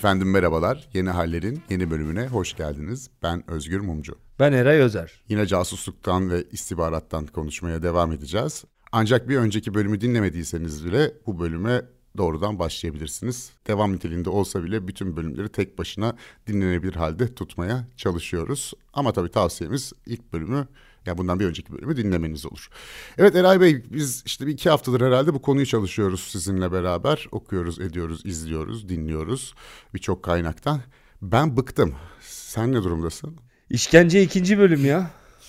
Efendim merhabalar, Yeni Haller'in yeni bölümüne hoş geldiniz. Ben Özgür Mumcu. Ben Eray Özer. Yine casusluktan ve istihbarattan konuşmaya devam edeceğiz. Ancak bir önceki bölümü dinlemediyseniz bile bu bölüme doğrudan başlayabilirsiniz. Devam niteliğinde olsa bile bütün bölümleri tek başına dinlenebilir halde tutmaya çalışıyoruz. Ama tabii tavsiyemiz ilk bölümü, yani bundan bir önceki bölümü dinlemeniz olur. Evet Eray Bey, biz işte bir 2 haftadır herhalde bu konuyu çalışıyoruz sizinle beraber. Okuyoruz, ediyoruz, izliyoruz, dinliyoruz birçok kaynaktan. Ben bıktım. Sen ne durumdasın? İşkence 2. bölüm ya.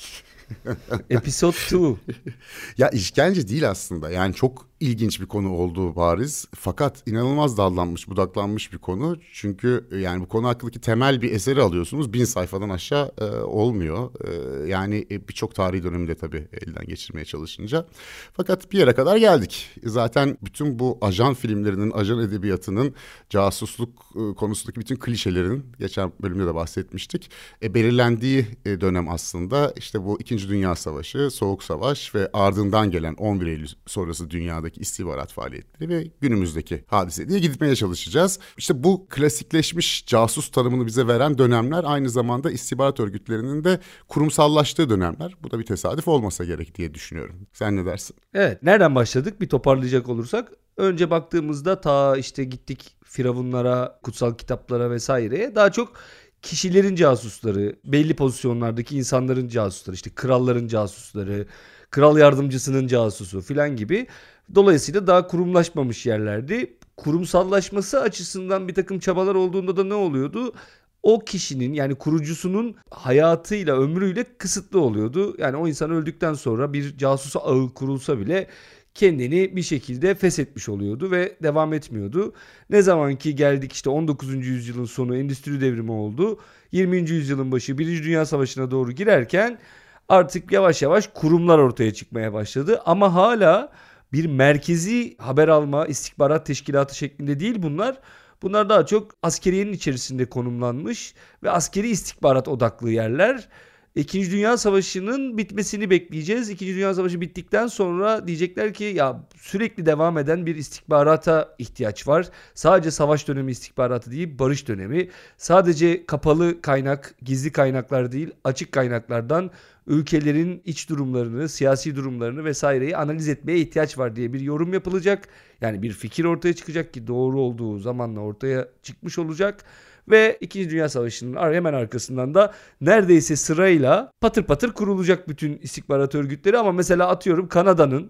Episode 2. Ya işkence değil aslında. Yani çok ilginç bir konu olduğu bariz. Fakat inanılmaz dallanmış, budaklanmış bir konu. Çünkü yani bu konu hakkındaki temel bir eseri alıyorsunuz. 1000 sayfadan aşağı olmuyor. Yani birçok tarihi döneminde tabii elden geçirmeye çalışınca. Fakat bir yere kadar geldik. Zaten bütün bu ajan filmlerinin, ajan edebiyatının, casusluk konusundaki bütün klişelerin, geçen bölümde de bahsetmiştik, belirlendiği dönem aslında işte bu İkinci Dünya Savaşı, Soğuk Savaş ve ardından gelen 11 Eylül sonrası dünyadaki istihbarat faaliyetleri ve günümüzdeki hadise diye gitmeye çalışacağız. İşte bu klasikleşmiş casus tanımını bize veren dönemler aynı zamanda istihbarat örgütlerinin de kurumsallaştığı dönemler. Bu da bir tesadüf olmasa gerek diye düşünüyorum. Sen ne dersin? Evet, nereden başladık bir toparlayacak olursak? Önce baktığımızda ta işte gittik firavunlara, kutsal kitaplara vesaireye, daha çok kişilerin casusları, belli pozisyonlardaki insanların casusları, işte kralların casusları, kral yardımcısının casusu filan gibi. Dolayısıyla daha kurumlaşmamış yerlerdi. Kurumsallaşması açısından bir takım çabalar olduğunda da ne oluyordu? O kişinin, yani kurucusunun hayatıyla, ömrüyle kısıtlı oluyordu. Yani o insan öldükten sonra bir casusu ağı kurulsa bile kendini bir şekilde feshetmiş oluyordu ve devam etmiyordu. Ne zaman ki geldik işte 19. yüzyılın sonu, endüstri devrimi oldu. 20. yüzyılın başı, 1. Dünya Savaşı'na doğru girerken artık yavaş yavaş kurumlar ortaya çıkmaya başladı. Ama hala bir merkezi haber alma, istihbarat teşkilatı şeklinde değil bunlar. Bunlar daha çok askeriyenin içerisinde konumlanmış ve askeri istihbarat odaklı yerler. İkinci Dünya Savaşı'nın bitmesini bekleyeceğiz. İkinci Dünya Savaşı bittikten sonra diyecekler ki ya sürekli devam eden bir istihbarata ihtiyaç var. Sadece savaş dönemi istihbaratı değil, barış dönemi. Sadece kapalı kaynak, gizli kaynaklar değil, açık kaynaklardan ülkelerin iç durumlarını, siyasi durumlarını vesaireyi analiz etmeye ihtiyaç var diye bir yorum yapılacak. Yani bir fikir ortaya çıkacak ki doğru olduğu zamanla ortaya çıkmış olacak. Ve 2. Dünya Savaşı'nın hemen arkasından da neredeyse sırayla patır patır kurulacak bütün istihbarat örgütleri. Ama mesela atıyorum Kanada'nın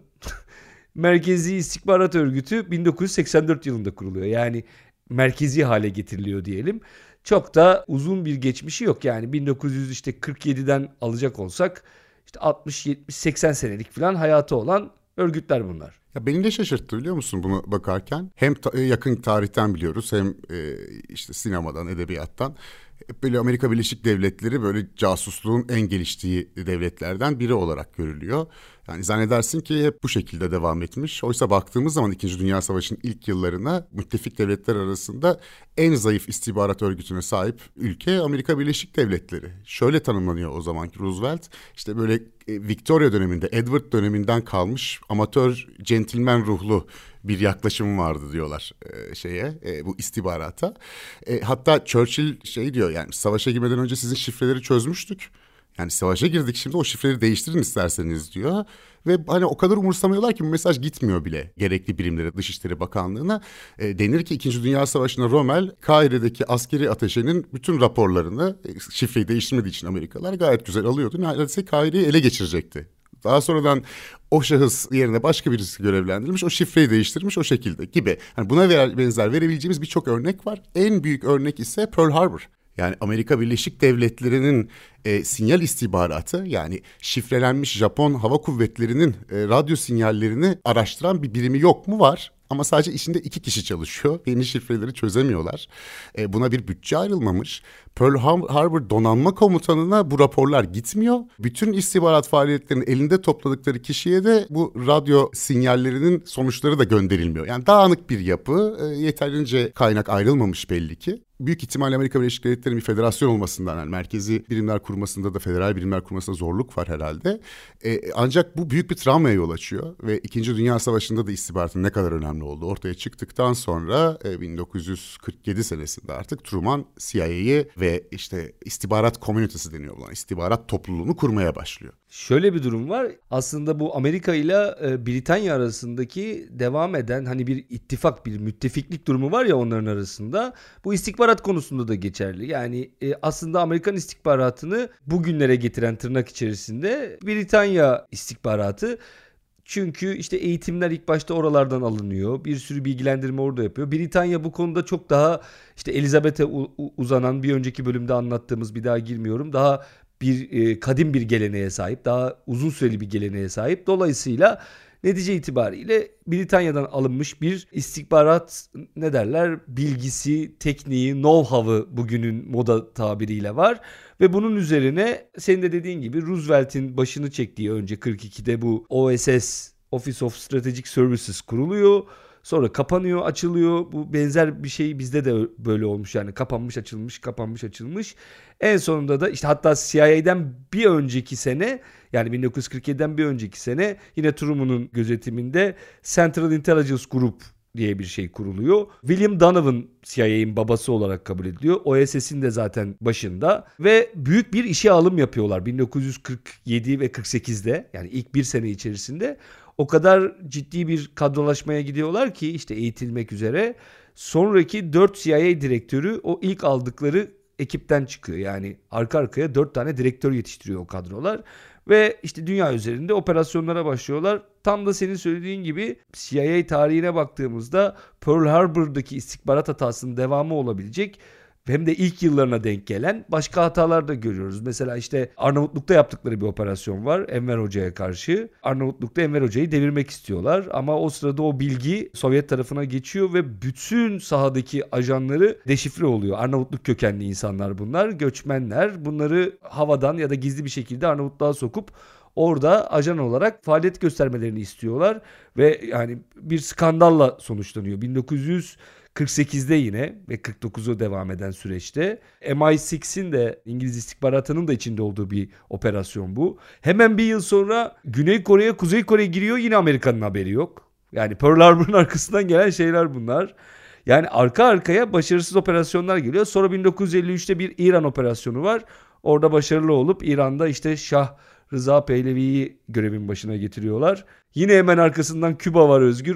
Merkezi İstihbarat Örgütü 1984 yılında kuruluyor. Yani merkezi hale getiriliyor diyelim. Çok da uzun bir geçmişi yok. Yani 1947'den alacak olsak işte 60, 70, 80 senelik falan hayatı olan örgütler bunlar. Ya beni de şaşırttı biliyor musun bunu bakarken? Hem yakın tarihten biliyoruz hem işte sinemadan, edebiyattan. Hep böyle Amerika Birleşik Devletleri böyle casusluğun en geliştiği devletlerden biri olarak görülüyor. Yani zannedersin ki hep bu şekilde devam etmiş. Oysa baktığımız zaman 2. Dünya Savaşı'nın ilk yıllarına müttefik devletler arasında en zayıf istihbarat örgütüne sahip ülke Amerika Birleşik Devletleri. Şöyle tanımlanıyor o zamanki Roosevelt. İşte böyle Victoria döneminde, Edward döneminden kalmış amatör, centilmen ruhlu bir yaklaşım vardı diyorlar bu istihbarata. Hatta Churchill şey diyor, yani savaşa girmeden önce sizin şifreleri çözmüştük. Yani savaşa girdik, şimdi o şifreleri değiştirin isterseniz diyor. Ve hani o kadar umursamıyorlar ki bu mesaj gitmiyor bile gerekli birimlere, Dışişleri Bakanlığı'na. Denir ki 2. Dünya Savaşı'nda Rommel, Kahire'deki askeri ateşenin bütün raporlarını, şifreyi değiştirmediği için Amerikalılar gayet güzel alıyordu. Neredeyse Kahire'yi ele geçirecekti. Daha sonradan o şahıs yerine başka birisi görevlendirilmiş, o şifreyi değiştirmiş o şekilde gibi. Yani buna benzer verebileceğimiz birçok örnek var. En büyük örnek ise Pearl Harbor. Yani Amerika Birleşik Devletleri'nin sinyal istihbaratı, yani şifrelenmiş Japon Hava Kuvvetleri'nin radyo sinyallerini araştıran bir birimi yok mu? Var. Ama sadece içinde 2 kişi çalışıyor. Yeni şifreleri çözemiyorlar. Buna bir bütçe ayrılmamış. Pearl Harbor Donanma Komutanı'na bu raporlar gitmiyor. Bütün istihbarat faaliyetlerinin elinde topladıkları kişiye de bu radyo sinyallerinin sonuçları da gönderilmiyor. Yani dağınık bir yapı, yeterince kaynak ayrılmamış belli ki. büyük ihtimalle Amerika Birleşik Devletleri'nin bir federasyon olmasından, yani merkezi birimler kurmasında da federal birimler kurmasında zorluk var herhalde. Ancak bu büyük bir travmaya yol açıyor ve İkinci Dünya Savaşı'nda da istihbaratın ne kadar önemli olduğu ortaya çıktıktan sonra 1947 senesinde artık Truman CIA'yı ve işte istihbarat komünitesi deniyor buna, istihbarat topluluğunu kurmaya başlıyor. Şöyle bir durum var. Aslında bu Amerika ile Britanya arasındaki devam eden hani bir ittifak, bir müttefiklik durumu var ya onların arasında. Bu istihbarat konusunda da geçerli. Yani aslında Amerikan istihbaratını bugünlere getiren tırnak içerisinde Britanya istihbaratı. Çünkü işte eğitimler ilk başta oralardan alınıyor. Bir sürü bilgilendirme orada yapıyor. Britanya bu konuda çok daha işte Elizabeth'e uzanan, bir önceki bölümde anlattığımız, bir daha girmiyorum, daha kadim bir geleneğe sahip, daha uzun süreli bir geleneğe sahip. Dolayısıyla netice itibariyle Britanya'dan alınmış bir istihbarat bilgisi, tekniği, know-how'ı bugünün moda tabiriyle var. Ve bunun üzerine senin de dediğin gibi Roosevelt'in başını çektiği önce 42'de bu OSS, Office of Strategic Services kuruluyor. Sonra kapanıyor, açılıyor. Bu benzer bir şey bizde de böyle olmuş, yani kapanmış, açılmış, kapanmış, açılmış. En sonunda da işte hatta CIA'den bir önceki sene, yani 1947'den bir önceki sene yine Truman'ın gözetiminde Central Intelligence Group diye bir şey kuruluyor. William Donovan CIA'nin babası olarak kabul ediliyor. OSS'in de zaten başında ve büyük bir işe alım yapıyorlar 1947 ve 48'de, yani ilk bir sene içerisinde. O kadar ciddi bir kadrolaşmaya gidiyorlar ki işte eğitilmek üzere. Sonraki 4 CIA direktörü o ilk aldıkları ekipten çıkıyor. Yani arka arkaya 4 tane direktör yetiştiriyor o kadrolar. Ve işte dünya üzerinde operasyonlara başlıyorlar. Tam da senin söylediğin gibi CIA tarihine baktığımızda Pearl Harbor'daki istihbarat hatasının devamı olabilecek, hem de ilk yıllarına denk gelen başka hatalar da görüyoruz. Mesela işte Arnavutluk'ta yaptıkları bir operasyon var Enver Hoca'ya karşı. Arnavutluk'ta Enver Hoca'yı devirmek istiyorlar ama o sırada o bilgi Sovyet tarafına geçiyor ve bütün sahadaki ajanları deşifre oluyor. Arnavutluk kökenli insanlar bunlar, göçmenler. Bunları havadan ya da gizli bir şekilde Arnavutluğa sokup orada ajan olarak faaliyet göstermelerini istiyorlar ve yani bir skandalla sonuçlanıyor. 1948'de yine ve 49'u devam eden süreçte MI6'in de, İngiliz istihbaratının da içinde olduğu bir operasyon bu. Hemen bir yıl sonra Güney Kore'ye, Kuzey Kore giriyor, yine Amerika'nın haberi yok. Yani Pearl Harbor'un arkasından gelen şeyler bunlar. Yani arka arkaya başarısız operasyonlar geliyor. Sonra 1953'te bir İran operasyonu var. Orada başarılı olup İran'da işte Şah Rıza Pehlevi'yi görevin başına getiriyorlar. Yine hemen arkasından Küba var, Özgür.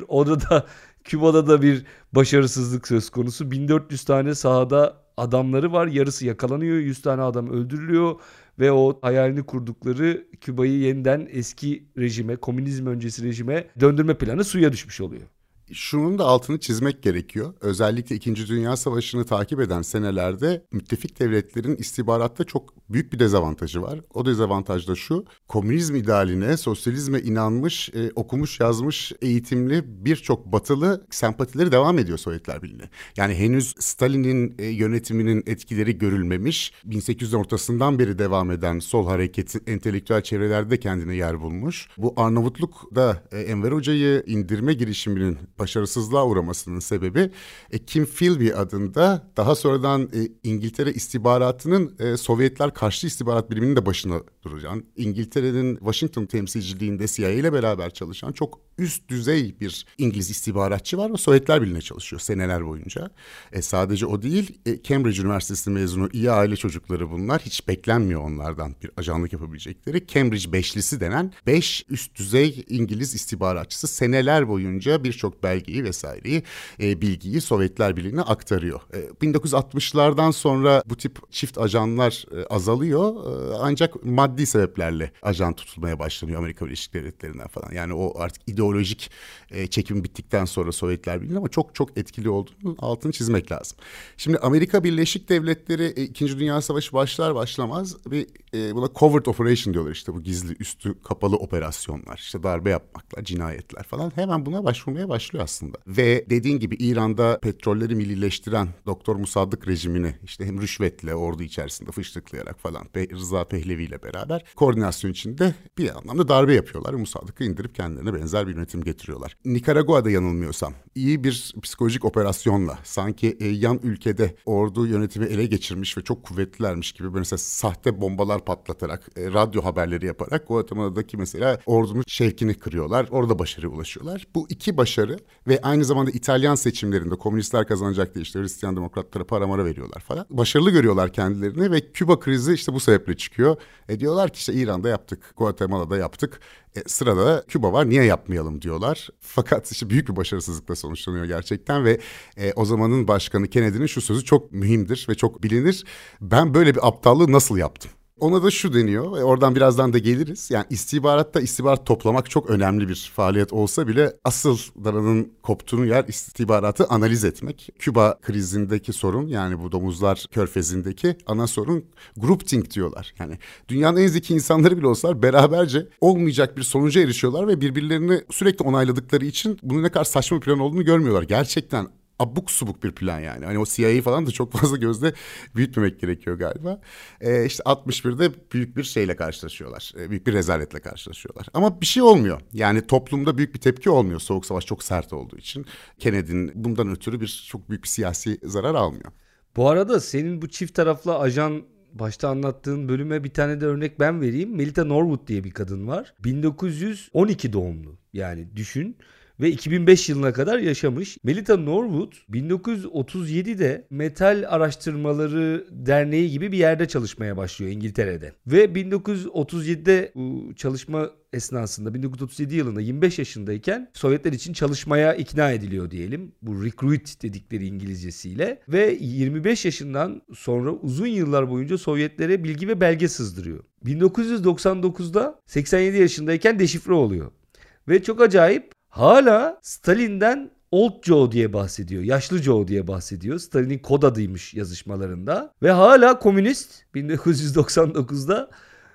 Küba'da da bir başarısızlık söz konusu. 1400 tane sahada adamları var. Yarısı yakalanıyor. 100 tane adam öldürülüyor. Ve o hayalini kurdukları Küba'yı yeniden eski rejime, komünizm öncesi rejime döndürme planı suya düşmüş oluyor. Şunun da altını çizmek gerekiyor. Özellikle 2. Dünya Savaşı'nı takip eden senelerde müttefik devletlerin istihbaratta çok büyük bir dezavantajı var. O dezavantaj da şu: komünizm idealine, sosyalizme inanmış, okumuş, yazmış, eğitimli birçok batılı sempatileri devam ediyor Sovyetler Birliği'ne. Yani henüz Stalin'in yönetiminin etkileri görülmemiş, 1800'lerin ortasından beri devam eden sol hareketi entelektüel çevrelerde kendine yer bulmuş. Bu Arnavutluk'da Enver Hoca'yı indirme girişiminin başarısızlığa uğramasının sebebi Kim Philby adında daha sonradan İngiltere istihbaratının Sovyetler karşı istihbarat biriminin de başına duracağın, İngiltere'nin Washington temsilciliğinde CIA ile beraber çalışan çok üst düzey bir İngiliz istihbaratçı var ve Sovyetler Birliği'ne çalışıyor seneler boyunca. Sadece o değil, Cambridge Üniversitesi mezunu iyi aile çocukları bunlar. Hiç beklenmiyor onlardan bir ajanlık yapabilecekleri. Cambridge Beşlisi denen 5 üst düzey İngiliz istihbaratçısı seneler boyunca birçok belgeyi vesaireyi, bilgiyi Sovyetler Birliği'ne aktarıyor. 1960'lardan sonra bu tip çift ajanlar azalıyor. Ancak maddi sebeplerle ajan tutulmaya başlanıyor Amerika Birleşik Devletleri'nden falan. Yani o artık ideolojik çekim bittikten sonra Sovyetler Birliği, ama çok çok etkili olduğunu altını çizmek lazım. Şimdi Amerika Birleşik Devletleri 2. Dünya Savaşı başlar başlamaz buna covert operation diyorlar, işte bu gizli üstü kapalı operasyonlar, işte darbe yapmaklar, cinayetler falan, hemen buna başvurmaya başlıyor aslında. Ve dediğin gibi İran'da petrolleri millileştiren Doktor Musaddık rejimini işte hem rüşvetle ordu içerisinde fıştıklayarak falan Rıza Pehlevi ile beraber koordinasyon içinde bir anlamda darbe yapıyorlar. Musaddık'ı indirip kendilerine benzer bir yönetim getiriyorlar. Nikaragua'da yanılmıyorsam iyi bir psikolojik operasyonla sanki yan ülkede ordu yönetimi ele geçirmiş ve çok kuvvetlilermiş gibi mesela sahte bombalar patlatarak, radyo haberleri yaparak Guatemala'daki mesela ordunun şevkini kırıyorlar. Orada başarıya ulaşıyorlar. Bu iki başarı ve aynı zamanda İtalyan seçimlerinde komünistler kazanacak diye işte Hristiyan demokratlara para mara veriyorlar falan. Başarılı görüyorlar kendilerini ve Küba krizi işte bu sebeple çıkıyor. Diyorlar ki işte İran'da yaptık, Guatemala'da yaptık. Sırada da Küba var, niye yapmayalım diyorlar. Fakat işte büyük bir başarısızlıkla sonuçlanıyor gerçekten ve o zamanın başkanı Kennedy'nin şu sözü çok mühimdir ve çok bilinir. Ben böyle bir aptallığı nasıl yaptım? Ona da şu deniyor ve oradan birazdan da geliriz. Yani istihbarat toplamak çok önemli bir faaliyet olsa bile asıl daranın koptuğu yer istihbaratı analiz etmek. Küba krizindeki sorun, yani bu domuzlar körfezindeki ana sorun groupthink diyorlar. Yani dünyanın en zeki insanları bile olsalar beraberce olmayacak bir sonuca erişiyorlar ve birbirlerini sürekli onayladıkları için bunun ne kadar saçma bir plan olduğunu görmüyorlar. Gerçekten abuk subuk bir plan yani. Hani o CIA falan da çok fazla gözde büyütmemek gerekiyor galiba. İşte 61'de büyük bir şeyle karşılaşıyorlar. Büyük bir rezaletle karşılaşıyorlar. Ama bir şey olmuyor. Yani toplumda büyük bir tepki olmuyor. Soğuk Savaş çok sert olduğu için. Kennedy'nin bundan ötürü çok büyük bir siyasi zarar almıyor. Bu arada senin bu çift taraflı ajan başta anlattığın bölüme bir tane de örnek ben vereyim. Melita Norwood diye bir kadın var. 1912 doğumlu. Yani düşün. Ve 2005 yılına kadar yaşamış. Melita Norwood 1937'de Metal Araştırmaları Derneği gibi bir yerde çalışmaya başlıyor İngiltere'de. Ve 1937'de bu çalışma esnasında 1937 yılında 25 yaşındayken Sovyetler için çalışmaya ikna ediliyor diyelim. Bu recruit dedikleri İngilizcesiyle. Ve 25 yaşından sonra uzun yıllar boyunca Sovyetlere bilgi ve belge sızdırıyor. 1999'da 87 yaşındayken deşifre oluyor. Ve çok acayip, hala Stalin'den Old Joe diye bahsediyor. Yaşlı Joe diye bahsediyor. Stalin'in kod adıymış yazışmalarında. Ve hala komünist 1999'da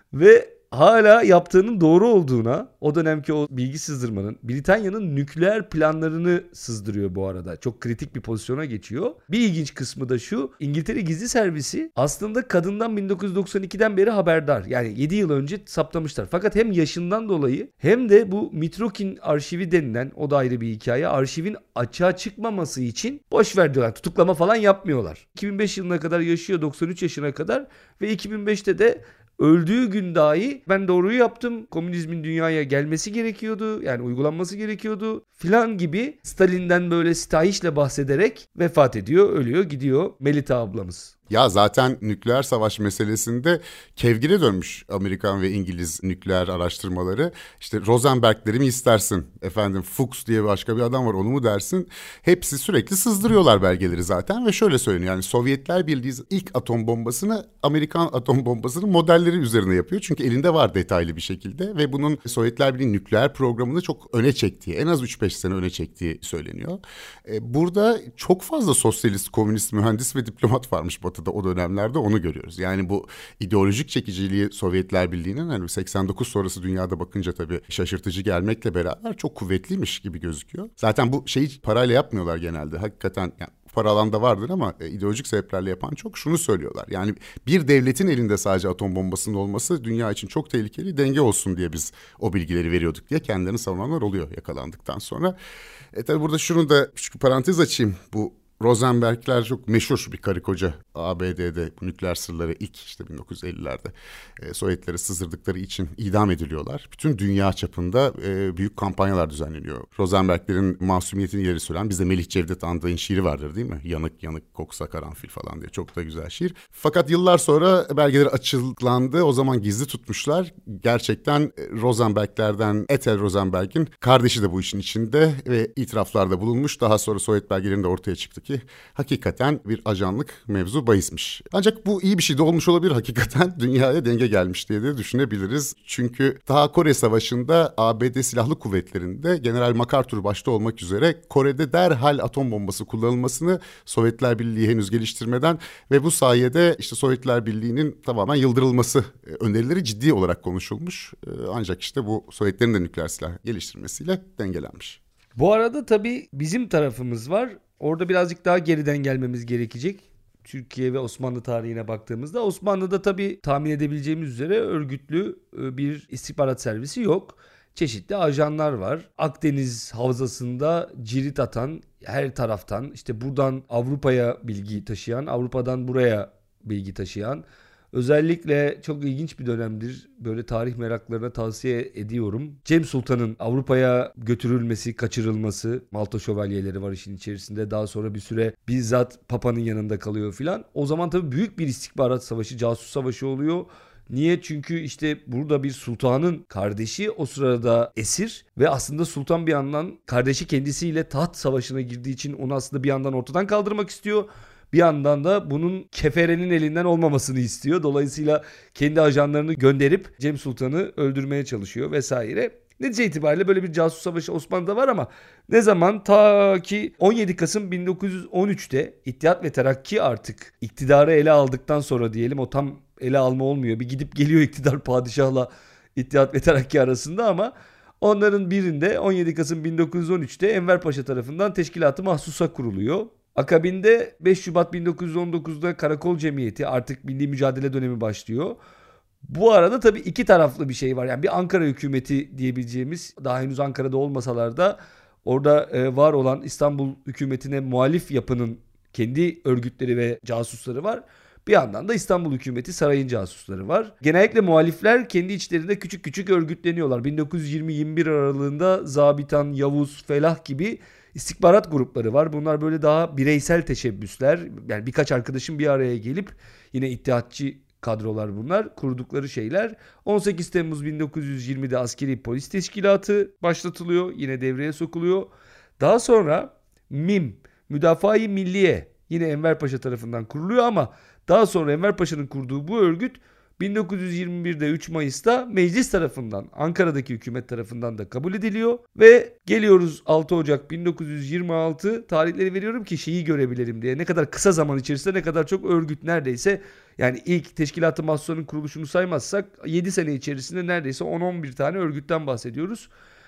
ve hala yaptığının doğru olduğuna, o dönemki o bilgi sızdırmanın, Britanya'nın nükleer planlarını sızdırıyor bu arada. Çok kritik bir pozisyona geçiyor. Bir ilginç kısmı da şu: İngiltere Gizli Servisi aslında kadından 1992'den beri haberdar. Yani 7 yıl önce saptamışlar. Fakat hem yaşından dolayı hem de bu Mitrokin arşivi denilen, o da ayrı bir hikaye, arşivin açığa çıkmaması için boş ver diyorlar. Tutuklama falan yapmıyorlar. 2005 yılına kadar yaşıyor, 93 yaşına kadar ve 2005'te de öldüğü gün dahi ben doğruyu yaptım, komünizmin dünyaya gelmesi gerekiyordu, yani uygulanması gerekiyordu filan gibi Stalin'den böyle sitayişle bahsederek vefat ediyor, ölüyor, gidiyor Melita ablamız. Ya zaten nükleer savaş meselesinde kevgire dönmüş Amerikan ve İngiliz nükleer araştırmaları. İşte Rosenberg'leri mi istersin? Efendim Fuchs diye başka bir adam var, onu mu dersin? Hepsi sürekli sızdırıyorlar belgeleri zaten ve şöyle söyleniyor. Yani Sovyetler Birliği ilk atom bombasını Amerikan atom bombasının modelleri üzerine yapıyor. Çünkü elinde var detaylı bir şekilde ve bunun Sovyetler Birliği nükleer programını çok öne çektiği, en az 3-5 sene öne çektiği söyleniyor. Burada çok fazla sosyalist, komünist, mühendis ve diplomat varmış Batı'da o dönemlerde, onu görüyoruz. Yani bu ideolojik çekiciliği Sovyetler Birliği'nin hani 89 sonrası dünyada bakınca tabii şaşırtıcı gelmekle beraber çok kuvvetliymiş gibi gözüküyor. Zaten bu şeyi parayla yapmıyorlar genelde. Hakikaten yani para alanda vardır ama ideolojik sebeplerle yapan çok. Şunu söylüyorlar: yani bir devletin elinde sadece atom bombasının olması dünya için çok tehlikeli, denge olsun diye biz o bilgileri veriyorduk diye kendilerini savunanlar oluyor yakalandıktan sonra. Tabii burada şunu da küçük bir parantez açayım. Bu Rosenberg'ler çok meşhur bir karı koca ABD'de bu nükleer sırları ilk işte 1950'lerde Sovyetlere sızdırdıkları için idam ediliyorlar. Bütün dünya çapında büyük kampanyalar düzenleniyor. Rosenberg'lerin masumiyetini ileri süren, bizde Melih Cevdet Anday'ın şiiri vardır değil mi? Yanık yanık koksa karanfil falan diye, çok da güzel şiir. Fakat yıllar sonra belgeleri açıklandı. O zaman gizli tutmuşlar. Gerçekten Rosenberg'lerden Ethel Rosenberg'in kardeşi de bu işin içinde ve itiraflarda bulunmuş. Daha sonra Sovyet belgelerinde ortaya çıktı ki hakikaten bir ajanlık mevzu bahismiş. Ancak bu iyi bir şey de olmuş olabilir hakikaten. Dünyaya denge gelmiş diye de düşünebiliriz. Çünkü daha Kore Savaşı'nda ABD Silahlı Kuvvetleri'nde General MacArthur başta olmak üzere Kore'de derhal atom bombası kullanılmasını Sovyetler Birliği henüz geliştirmeden ve bu sayede işte Sovyetler Birliği'nin tamamen yıldırılması önerileri ciddi olarak konuşulmuş. Ancak işte bu Sovyetlerin de nükleer silah geliştirmesiyle dengelenmiş. Bu arada tabii bizim tarafımız var. Orada birazcık daha geriden gelmemiz gerekecek. Türkiye ve Osmanlı tarihine baktığımızda Osmanlı'da tabii tahmin edebileceğimiz üzere örgütlü bir istihbarat servisi yok. çeşitli ajanlar var. Akdeniz havzasında cirit atan, her taraftan işte buradan Avrupa'ya bilgi taşıyan, Avrupa'dan buraya bilgi taşıyan, özellikle çok ilginç bir dönemdir. Böyle tarih meraklarına tavsiye ediyorum. Cem Sultan'ın Avrupa'ya götürülmesi, kaçırılması, Malta şövalyeleri var işin içerisinde. Daha sonra bir süre bizzat Papa'nın yanında kalıyor filan. O zaman tabii büyük bir istihbarat savaşı, casus savaşı oluyor. Niye? Çünkü işte burada bir sultanın kardeşi o sırada esir ve aslında sultan bir yandan kardeşi kendisiyle taht savaşına girdiği için onu aslında bir yandan ortadan kaldırmak istiyor. Bir yandan da bunun keferenin elinden olmamasını istiyor. Dolayısıyla kendi ajanlarını gönderip Cem Sultan'ı öldürmeye çalışıyor vesaire. Netice itibariyle böyle bir casus savaşı Osmanlı'da var ama ne zaman? Ta ki 17 Kasım 1913'te İttihat ve Terakki artık iktidarı ele aldıktan sonra diyelim, o tam ele alma olmuyor. Bir gidip geliyor iktidar padişahla İttihat ve Terakki arasında ama onların birinde 17 Kasım 1913'te Enver Paşa tarafından Teşkilat-ı Mahsusa kuruluyor. Akabinde 5 Şubat 1919'da Karakol Cemiyeti, artık milli mücadele dönemi başlıyor. Bu arada tabii iki taraflı bir şey var. Yani bir Ankara hükümeti diyebileceğimiz, daha henüz Ankara'da olmasalar da orada var olan İstanbul hükümetine muhalif yapının kendi örgütleri ve casusları var. Bir yandan da İstanbul hükümeti sarayın casusları var. Genellikle muhalifler kendi içlerinde küçük küçük örgütleniyorlar. 1920-21 aralığında Zabitan, Yavuz, Felah gibi istihbarat grupları var. Bunlar böyle daha bireysel teşebbüsler. Yani birkaç arkadaşın bir araya gelip, yine ittihatçı kadrolar bunlar, kurdukları şeyler. 18 Temmuz 1920'de askeri polis teşkilatı başlatılıyor. Yine devreye sokuluyor. Daha sonra MİM, Müdafaa-i Milliye, yine Enver Paşa tarafından kuruluyor ama daha sonra Enver Paşa'nın kurduğu bu örgüt 1921'de 3 Mayıs'ta meclis tarafından, Ankara'daki hükümet tarafından da kabul ediliyor ve geliyoruz 6 Ocak 1926, tarihleri veriyorum ki şeyi görebilirim diye. Ne kadar kısa zaman içerisinde ne kadar çok örgüt, neredeyse yani ilk Teşkilat-ı Mahsusa'nın kuruluşunu saymazsak 7 sene içerisinde neredeyse 10-11 tane örgütten bahsediyoruz.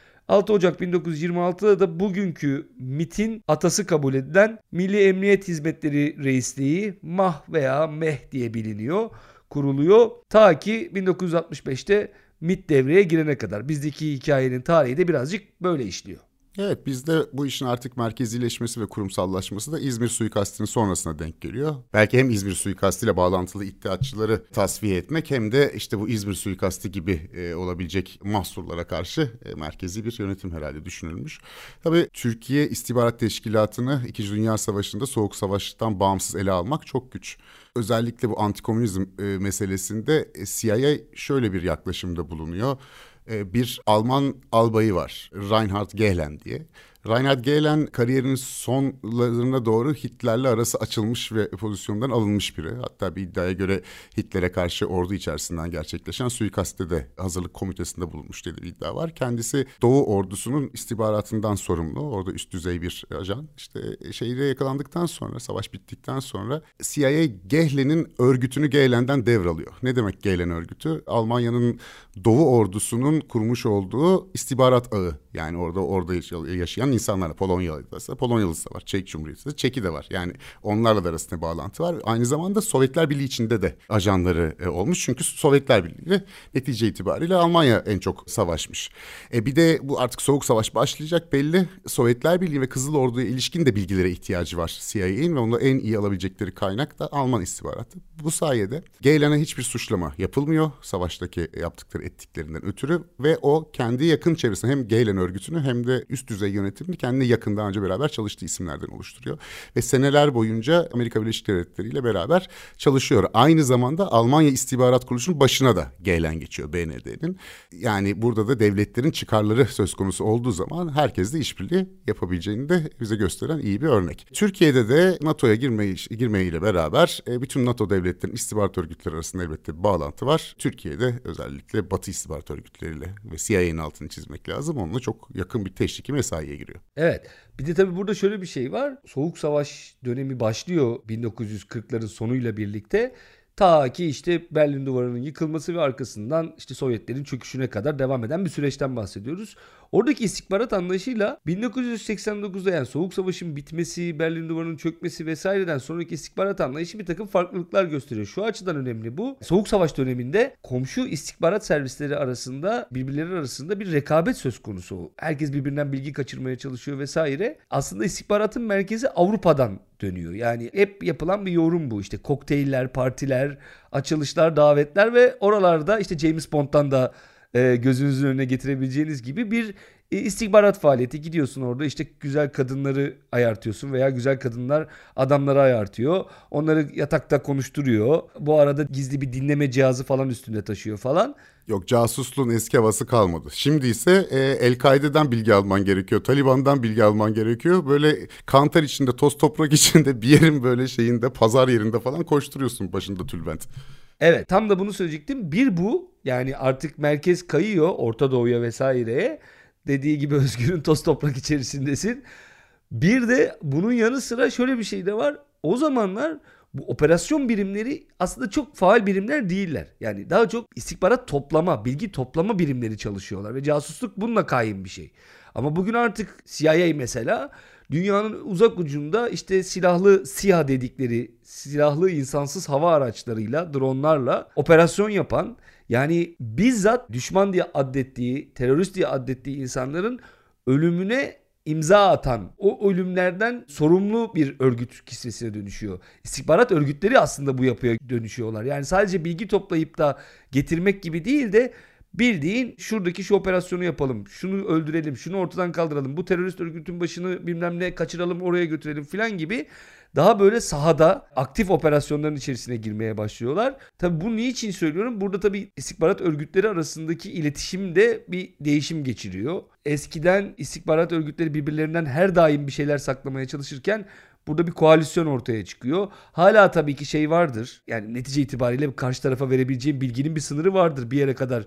6 Ocak 1926'da da bugünkü MİT'in atası kabul edilen Milli Emniyet Hizmetleri Reisliği, MAH veya MEH diye biliniyor, kuruluyor. Ta ki 1965'te MİT devreye girene kadar. Bizdeki hikayenin tarihi de birazcık böyle işliyor. Evet, bizde bu işin artık merkezileşmesi ve kurumsallaşması da İzmir suikastının sonrasına denk geliyor. Belki hem İzmir suikastıyla bağlantılı iddiatçıları tasfiye etmek hem de işte bu İzmir suikastı gibi olabilecek mahsurlara karşı merkezi bir yönetim herhalde düşünülmüş. Tabii Türkiye İstihbarat Teşkilatı'nı 2. Dünya Savaşı'nda Soğuk Savaş'tan bağımsız ele almak çok güç. Özellikle bu antikomünizm meselesinde CIA şöyle bir yaklaşımda bulunuyor. Bir Alman albayı var, Reinhard Gehlen diye. Reinhard Gehlen kariyerinin sonlarına doğru Hitler'le arası açılmış ve pozisyondan alınmış biri. Hatta bir iddiaya göre Hitler'e karşı ordu içerisinden gerçekleşen suikaste de hazırlık komitesinde bulunmuş diye bir iddia var. Kendisi Doğu ordusunun istihbaratından sorumlu. Orada üst düzey bir ajan. İşte şehirde yakalandıktan sonra, savaş bittikten sonra CIA Gehlen'in örgütünü Gehlen'den devralıyor. Ne demek Gehlen örgütü? Almanya'nın Doğu ordusunun kurmuş olduğu istihbarat ağı. Yani orada yaşayan insanlarla, Polonyalısı da var, Çek Cumhuriyeti de, Çek'i de var. Yani onlarla da arasında bağlantı var. Aynı zamanda Sovyetler Birliği içinde de ajanları olmuş. Çünkü Sovyetler Birliği netice itibariyle Almanya en çok savaşmış. Bir de bu artık Soğuk Savaş başlayacak belli. Sovyetler Birliği ve Kızıl Ordu'ya ilişkin de bilgilere ihtiyacı var CIA'nin ve onu en iyi alabilecekleri kaynak da Alman istihbaratı. Bu sayede Gehlen'e hiçbir suçlama yapılmıyor savaştaki yaptıkları ettiklerinden ötürü ve o kendi yakın çevresinde hem Gehlen örgütünü hem de üst düzey yönetimini kendine yakın, daha önce beraber çalıştığı isimlerden oluşturuyor. Ve seneler boyunca Amerika Birleşik Devletleri ile beraber çalışıyor. Aynı zamanda Almanya İstihbarat Kuruluşu'nun başına da Gehlen geçiyor, BND'nin. Yani burada da devletlerin çıkarları söz konusu olduğu zaman herkesle işbirliği yapabileceğini de bize gösteren iyi bir örnek. Türkiye'de de NATO'ya girmeyle beraber bütün NATO devletlerinin istihbarat örgütleri arasında elbette bir bağlantı var. Türkiye'de özellikle Batı istihbarat örgütleriyle ve CIA'nin altını çizmek lazım. Onunla çok yakın bir teşviki mesaiye giriyor. Evet. Bir de tabii burada şöyle bir şey var. Soğuk Savaş dönemi başlıyor 1940'ların sonuyla birlikte. Ta ki işte Berlin Duvarı'nın yıkılması ve arkasından işte Sovyetlerin çöküşüne kadar devam eden bir süreçten bahsediyoruz. Oradaki istihbarat anlayışıyla 1989'da, yani Soğuk Savaş'ın bitmesi, Berlin Duvarı'nın çökmesi vesaireden sonraki istihbarat anlayışı bir takım farklılıklar gösteriyor. Şu açıdan önemli bu. Soğuk Savaş döneminde komşu istihbarat servisleri arasında, birbirleri arasında bir rekabet söz konusu. Herkes birbirinden bilgi kaçırmaya çalışıyor vesaire. Aslında istihbaratın merkezi Avrupa'dan dönüyor. Yani hep yapılan bir yorum bu. İşte kokteyller, partiler, açılışlar, davetler ve oralarda işte James Bond'dan da gözünüzün önüne getirebileceğiniz gibi bir istihbarat faaliyeti. Gidiyorsun orada işte güzel kadınları ayartıyorsun veya güzel kadınlar adamları ayartıyor. Onları yatakta konuşturuyor. Bu arada gizli bir dinleme cihazı falan üstünde taşıyor falan. Yok, casusluğun eski havası kalmadı. Şimdi ise El-Kaide'den bilgi alman gerekiyor. Taliban'dan bilgi alman gerekiyor. Böyle kantar içinde, toz toprak içinde bir yerin böyle şeyinde, pazar yerinde falan koşturuyorsun başında tülbent. Evet, tam da bunu söyleyecektim. Bir bu, yani artık merkez kayıyor Orta Doğu'ya vesaireye. Dediği gibi Özgür'ün toz toprak içerisindesin. Bir de bunun yanı sıra şöyle bir şey de var. O zamanlar bu operasyon birimleri aslında çok faal birimler değiller. Yani daha çok istihbarat toplama, bilgi toplama birimleri çalışıyorlar ve casusluk bununla kaim bir şey. Ama bugün artık CIA mesela dünyanın uzak ucunda işte silahlı SİHA dedikleri silahlı insansız hava araçlarıyla, dronlarla operasyon yapan, yani bizzat düşman diye addettiği, terörist diye addettiği insanların ölümüne imza atan, o ölümlerden sorumlu bir örgüt kisvesine dönüşüyor. İstihbarat örgütleri aslında bu yapıya dönüşüyorlar. Yani sadece bilgi toplayıp da getirmek gibi değil de bildiğin şuradaki şu operasyonu yapalım, şunu öldürelim, şunu ortadan kaldıralım, bu terörist örgütün başını bilmem ne kaçıralım, oraya götürelim filan gibi daha böyle sahada aktif operasyonların içerisine girmeye başlıyorlar. Tabii bu niçin söylüyorum? Burada tabii istihbarat örgütleri arasındaki iletişimde bir değişim geçiriyor. Eskiden istihbarat örgütleri birbirlerinden her daim bir şeyler saklamaya çalışırken burada bir koalisyon ortaya çıkıyor. Hala tabii ki şey vardır. Yani netice itibariyle karşı tarafa verebileceğin bilginin bir sınırı vardır. Bir yere kadar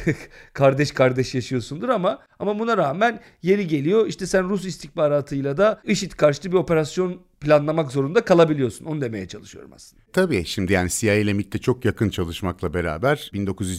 kardeş kardeş yaşıyorsundur ama buna rağmen yeri geliyor işte sen Rus istihbaratıyla da IŞİD karşıtı bir operasyon planlamak zorunda kalabiliyorsun. Onu demeye çalışıyorum aslında. Tabii şimdi yani CIA ile MIT'te çok yakın çalışmakla beraber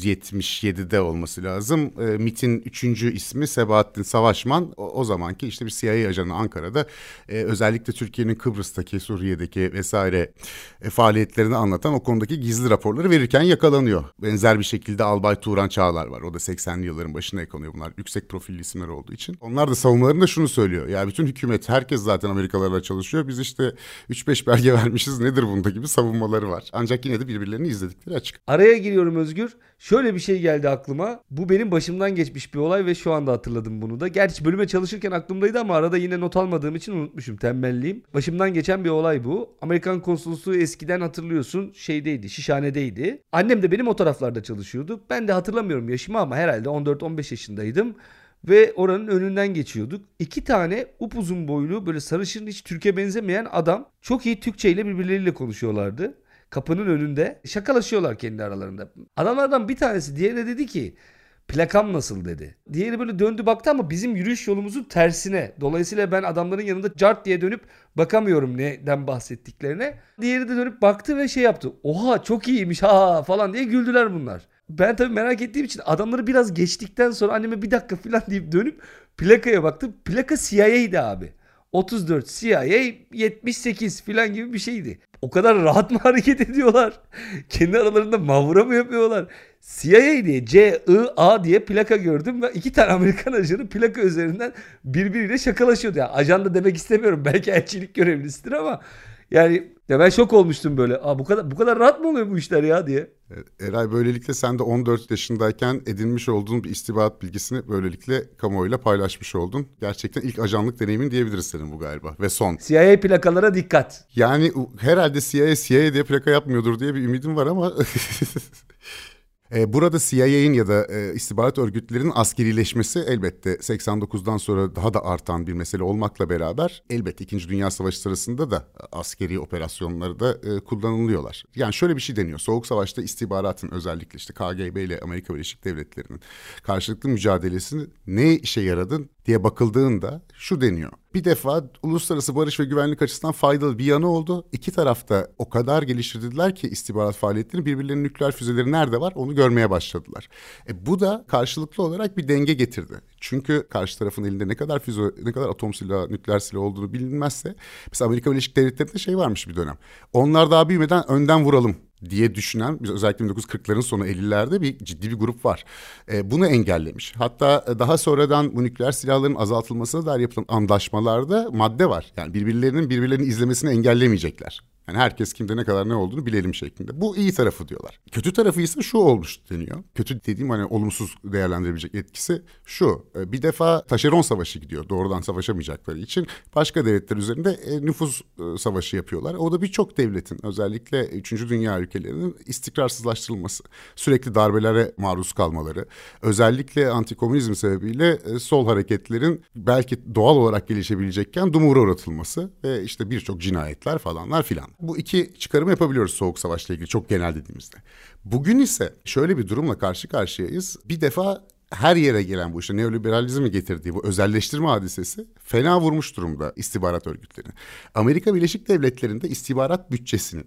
1977'de olması lazım. MIT'in 3. ismi Sebahattin Savaşman. O zamanki işte bir CIA ajanı Ankara'da özellikle Türkiye'nin Kıbrıs'taki, Suriye'deki vesaire faaliyetlerini anlatan o konudaki gizli raporları verirken yakalanıyor. Benzer bir şekilde Albay Turan Çağlar var. O da 80'li yılların başına yakalanıyor. Bunlar yüksek profilli isimler olduğu için. Onlar da savunmalarında şunu söylüyor. Ya bütün hükümet, herkes zaten Amerikalılarla çalışıyor. Biz işte 3-5 belge vermişiz, nedir bunda gibi savunmaları var. Ancak yine de birbirlerini izledikleri açık. Araya giriyorum Özgür. Şöyle bir şey geldi aklıma. Bu benim başımdan geçmiş bir olay ve şu anda hatırladım bunu da. Gerçi bölüme çalışırken aklımdaydı ama arada yine not almadığım için unutmuşum, tembelliyim. Başımdan geçen bir olay bu. Amerikan konsolosluğu eskiden hatırlıyorsun şeydeydi, Şişhane'deydi. Annem de benim o taraflarda çalışıyordu. Ben de hatırlamıyorum yaşımı ama herhalde 14-15 yaşındaydım. Ve oranın önünden geçiyorduk. 2 tane upuzun boylu böyle sarışın, hiç Türkiye benzemeyen adam çok iyi Türkçe ile birbirleriyle konuşuyorlardı. Kapının önünde şakalaşıyorlar kendi aralarında. Adamlardan bir tanesi diğerine dedi ki plakam nasıl dedi. Diğeri böyle döndü baktı ama bizim yürüyüş yolumuzun tersine. Dolayısıyla ben adamların yanında cart diye dönüp bakamıyorum neden bahsettiklerine. Diğeri de dönüp baktı ve şey yaptı. Oha çok iyiymiş ha falan diye güldüler bunlar. Ben tabii merak ettiğim için adamları biraz geçtikten sonra anneme bir dakika falan deyip dönüp plakaya baktım. Plaka CIA'ydi abi. 34 CIA 78 falan gibi bir şeydi. O kadar rahat mı hareket ediyorlar? Kendi aralarında mavra mı yapıyorlar? CIA diye CIA diye plaka gördüm ve 2 tane Amerikan ajanı plaka üzerinden birbiriyle şakalaşıyordu. Yani ajan da demek istemiyorum. Belki elçilik görevlisidir ama yani ya ben şok olmuştum böyle. Bu kadar rahat mı oluyor bu işler ya diye. Eray, böylelikle sen de 14 yaşındayken edinmiş olduğun bir istihbarat bilgisini böylelikle kamuoyuyla paylaşmış oldun. Gerçekten ilk ajanlık deneyimin diyebiliriz senin bu galiba ve son. CIA plakalara dikkat. Yani herhalde CIA diye plaka yapmıyordur diye bir ümidim var ama... Burada CIA'nin ya da istihbarat örgütlerinin askerileşmesi elbette 89'dan sonra daha da artan bir mesele olmakla beraber elbette 2. Dünya Savaşı sırasında da askeri operasyonları da kullanılıyorlar. Yani şöyle bir şey deniyor. Soğuk Savaş'ta istihbaratın özellikle işte KGB ile Amerika Birleşik Devletleri'nin karşılıklı mücadelesini ne işe yaradı diye bakıldığında şu deniyor. Bir defa uluslararası barış ve güvenlik açısından faydalı bir yanı oldu. İki tarafta o kadar geliştirdiler ki istihbarat faaliyetlerini, birbirlerinin nükleer füzeleri nerede var onu görmeye başladılar. Bu da karşılıklı olarak bir denge getirdi. Çünkü karşı tarafın elinde ne kadar füze, ne kadar atom silahı, nükleer silah olduğunu bilinmezse, mesela Amerika Birleşik Devletleri'nde şey varmış bir dönem. Onlar daha büyümeden önden vuralım diye düşünen, özellikle 1940'ların sonu 50'lerde bir ciddi bir grup var. Bunu engellemiş. Hatta daha sonradan bu nükleer silahların azaltılmasına dair yapılan anlaşmalarda madde var. Yani birbirlerini izlemesini engellemeyecekler. Yani herkes kimde ne kadar ne olduğunu bilelim şeklinde. Bu iyi tarafı diyorlar. Kötü tarafı ise şu olmuş deniyor. Kötü dediğim hani olumsuz değerlendirebilecek etkisi şu. Bir defa taşeron savaşı gidiyor. Doğrudan savaşamayacakları için başka devletler üzerinde nüfuz savaşı yapıyorlar. O da birçok devletin, özellikle 3. Dünya ülkelerinin istikrarsızlaştırılması, sürekli darbelere maruz kalmaları, özellikle antikomünizm sebebiyle sol hareketlerin belki doğal olarak gelişebilecekken dumura uğratılması ve işte birçok cinayetler falanlar filan. Bu iki çıkarımı yapabiliyoruz Soğuk Savaş'la ilgili çok genel dediğimizde. Bugün ise şöyle bir durumla karşı karşıyayız. Bir defa her yere gelen bu işte neoliberalizmi getirdiği bu özelleştirme hadisesi fena vurmuş durumda istihbarat örgütlerini. Amerika Birleşik Devletleri'nde istihbarat bütçesinin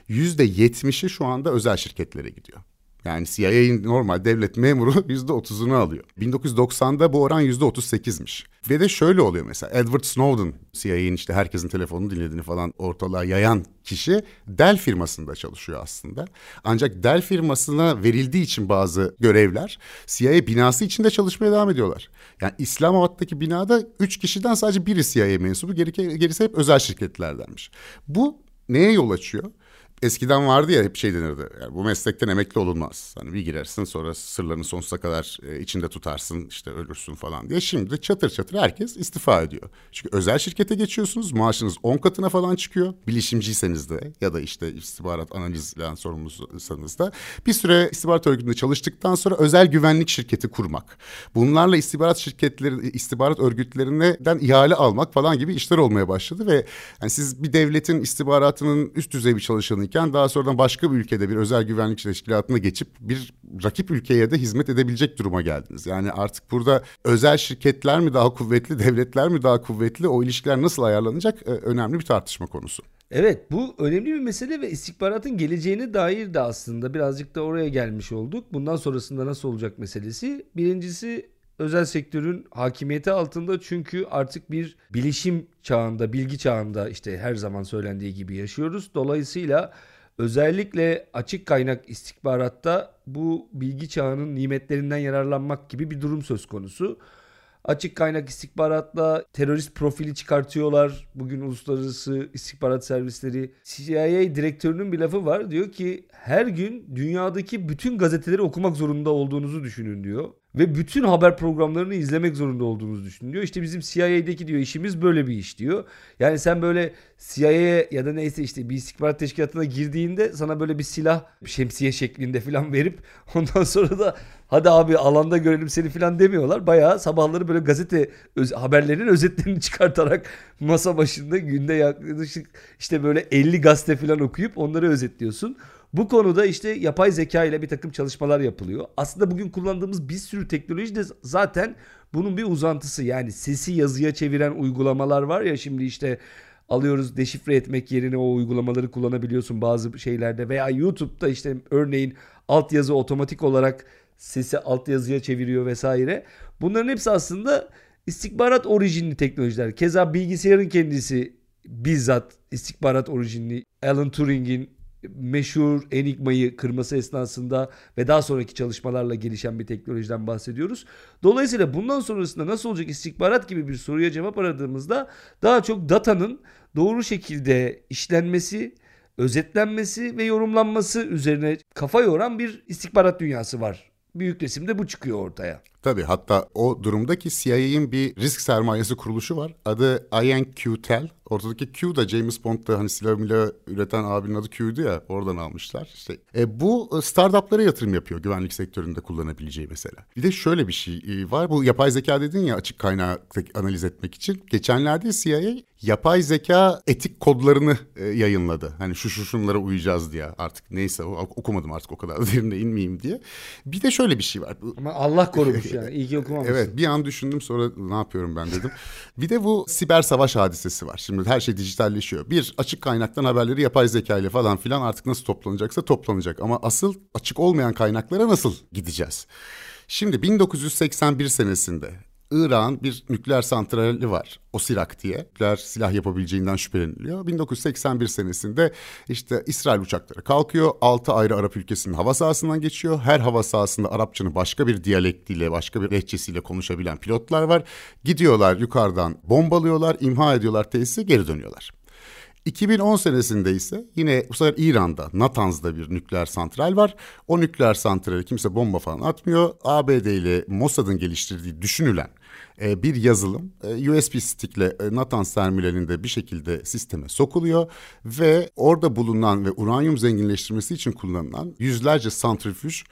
%70'i şu anda özel şirketlere gidiyor. Yani CIA'nin normal devlet memuru %30'unu alıyor. 1990'da bu oran %38'miş. Ve de şöyle oluyor mesela, Edward Snowden, CIA'nin işte herkesin telefonunu dinlediğini falan ortalığa yayan kişi Dell firmasında çalışıyor aslında. Ancak Dell firmasına verildiği için bazı görevler CIA binası içinde çalışmaya devam ediyorlar. Yani İslamabad'daki binada 3 kişiden sadece biri CIA mensubu, gerisi hep özel şirketlerdenmiş. Bu neye yol açıyor? Eskiden vardı ya, hep şey denirdi. Yani bu meslekten emekli olunmaz. Hani bir girersin, sonra sırlarını sonsuza kadar içinde tutarsın, işte ölürsün falan diye. Şimdi çatır çatır herkes istifa ediyor. Çünkü özel şirkete geçiyorsunuz, maaşınız 10 katına falan çıkıyor. Bilişimciyseniz de ya da işte istihbarat analizle sorumlusunuz da. Bir süre istihbarat örgütünde çalıştıktan sonra özel güvenlik şirketi kurmak, bunlarla istihbarat örgütlerinden ihale almak falan gibi işler olmaya başladı ve yani siz bir devletin istihbaratının üst düzey bir çalışanı daha sonradan başka bir ülkede bir özel güvenlik teşkilatına geçip bir rakip ülkeye de hizmet edebilecek duruma geldiniz. Yani artık burada özel şirketler mi daha kuvvetli, devletler mi daha kuvvetli, o ilişkiler nasıl ayarlanacak önemli bir tartışma konusu. Evet, bu önemli bir mesele ve istihbaratın geleceğine dair de aslında birazcık da oraya gelmiş olduk. Bundan sonrasında nasıl olacak meselesi. Birincisi, özel sektörün hakimiyeti altında, çünkü artık bir bilişim çağında, bilgi çağında işte her zaman söylendiği gibi yaşıyoruz. Dolayısıyla özellikle açık kaynak istihbaratta bu bilgi çağının nimetlerinden yararlanmak gibi bir durum söz konusu. Açık kaynak istihbaratla terörist profili çıkartıyorlar. Bugün uluslararası istihbarat servisleri. CIA direktörünün bir lafı var. Diyor ki her gün dünyadaki bütün gazeteleri okumak zorunda olduğunuzu düşünün diyor. Ve bütün haber programlarını izlemek zorunda olduğunuzu düşünün diyor. İşte bizim CIA'deki diyor işimiz böyle bir iş diyor. Yani sen böyle CIA'ye ya da neyse işte bir istihbarat teşkilatına girdiğinde sana böyle bir silah, şemsiye şeklinde falan verip ondan sonra da hadi abi alanda görelim seni falan demiyorlar. Bayağı sabahları böyle gazete haberlerinin özetlerini çıkartarak masa başında günde yaklaşık işte böyle 50 gazete falan okuyup onları özetliyorsun. Bu konuda işte yapay zeka ile bir takım çalışmalar yapılıyor. Aslında bugün kullandığımız bir sürü teknoloji de zaten bunun bir uzantısı. Yani sesi yazıya çeviren uygulamalar var ya, şimdi işte alıyoruz, deşifre etmek yerine o uygulamaları kullanabiliyorsun bazı şeylerde. Veya YouTube'da işte örneğin altyazı otomatik olarak sesi altyazıya çeviriyor vesaire. Bunların hepsi aslında istihbarat orijinli teknolojiler. Keza bilgisayarın kendisi bizzat istihbarat orijinli. Alan Turing'in meşhur Enigma'yı kırması esnasında ve daha sonraki çalışmalarla gelişen bir teknolojiden bahsediyoruz. Dolayısıyla bundan sonrasında nasıl olacak istihbarat gibi bir soruya cevap aradığımızda daha çok datanın doğru şekilde işlenmesi, özetlenmesi ve yorumlanması üzerine kafa yoran bir istihbarat dünyası var. Büyük resimde bu çıkıyor ortaya. Tabii, hatta o durumdaki CIA'nin bir risk sermayesi kuruluşu var. Adı INQTEL. Ortadaki Q da James Bond'da hani silah üreten abinin adı Q'ydu ya, oradan almışlar. İşte bu startuplara yatırım yapıyor, güvenlik sektöründe kullanabileceği mesela. Bir de şöyle bir şey var. Bu yapay zeka dedin ya, açık kaynağı analiz etmek için. Geçenlerde CIA yapay zeka etik kodlarını yayınladı. Hani şunlara uyacağız diye, artık neyse okumadım artık, o kadar derine inmeyeyim diye. Bir de şöyle bir şey var. Ama Allah korumuş. olmuş yani. İyi ki okumamışsın. Evet, bir an düşündüm, sonra ne yapıyorum ben dedim. Bir de bu siber savaş hadisesi var. Şimdi her şey dijitalleşiyor. Bir, açık kaynaktan haberleri yapay zeka ile falan filan artık nasıl toplanacaksa toplanacak. Ama asıl açık olmayan kaynaklara nasıl gideceğiz? Şimdi 1981 senesinde İrak'ın bir nükleer santrali var. Osirak diye. Nükleer silah yapabileceğinden şüpheleniliyor. 1981 senesinde işte İsrail uçakları kalkıyor. 6 ayrı Arap ülkesinin hava sahasından geçiyor. Her hava sahasında Arapçanın başka bir diyalektiyle, başka bir lehçesiyle konuşabilen pilotlar var. Gidiyorlar yukarıdan bombalıyorlar, imha ediyorlar tesisi, geri dönüyorlar. 2010 senesinde ise yine bu sefer İran'da, Natanz'da bir nükleer santral var. O nükleer santrale kimse bomba falan atmıyor. ABD ile Mossad'ın geliştirdiği düşünülen bir yazılım USB stick'le Natanz terminalinde bir şekilde sisteme sokuluyor ve orada bulunan ve uranyum zenginleştirmesi için kullanılan yüzlerce santrifüj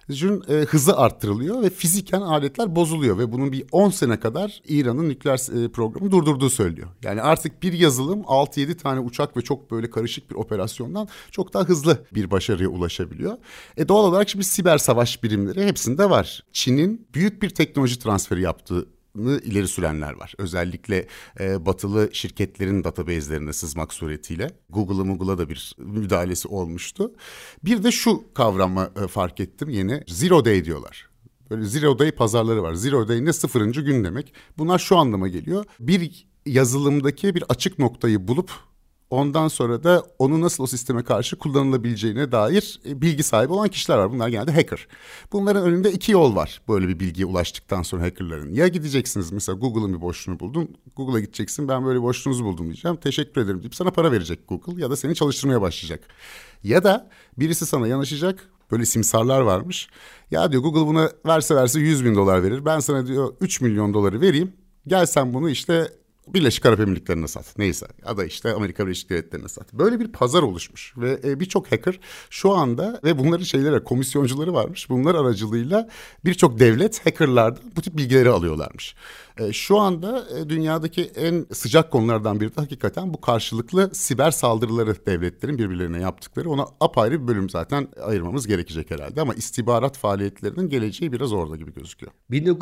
hızı arttırılıyor ve fiziken aletler bozuluyor ve bunun bir 10 sene kadar İran'ın nükleer programı durdurduğu söylüyor. Yani artık bir yazılım 6-7 tane uçak ve çok böyle karışık bir operasyondan çok daha hızlı bir başarıya ulaşabiliyor. Doğal olarak şimdi siber savaş birimleri hepsinde var. Çin'in büyük bir teknoloji transferi yaptığı ileri sürenler var. Özellikle batılı şirketlerin database'lerine sızmak suretiyle Google'a da bir müdahalesi olmuştu. Bir de şu kavramı fark ettim yeni. Zero Day diyorlar. Böyle Zero Day pazarları var. Zero Day ne? 0. gün demek. Bunlar şu anlama geliyor. Bir yazılımdaki bir açık noktayı bulup ondan sonra da onu nasıl o sisteme karşı kullanılabileceğine dair bilgi sahibi olan kişiler var. Bunlar genelde hacker. Bunların önünde 2 yol var böyle bir bilgiye ulaştıktan sonra hackerların. Ya gideceksiniz, mesela Google'ın bir boşluğunu buldum. Google'a gideceksin, ben böyle boşluğunuzu buldum diyeceğim. Teşekkür ederim deyip sana para verecek Google ya da seni çalıştırmaya başlayacak. Ya da birisi sana yanaşacak. Böyle simsarlar varmış. Ya diyor Google buna verse $100.000 verir. Ben sana diyor 3 milyon doları vereyim. Gel sen bunu işte Birleşik Arap Emirlikleri'ne sat. Neyse, ya da işte Amerika Birleşik Devletleri'ne sat. Böyle bir pazar oluşmuş ve birçok hacker şu anda ve bunların komisyoncuları varmış. Bunlar aracılığıyla birçok devlet hackerlardan bu tip bilgileri alıyorlarmış. Şu anda dünyadaki en sıcak konulardan biri de hakikaten bu karşılıklı siber saldırıları devletlerin birbirlerine yaptıkları. Ona apayrı bir bölüm zaten ayırmamız gerekecek herhalde ama istihbarat faaliyetlerinin geleceği biraz orada gibi gözüküyor.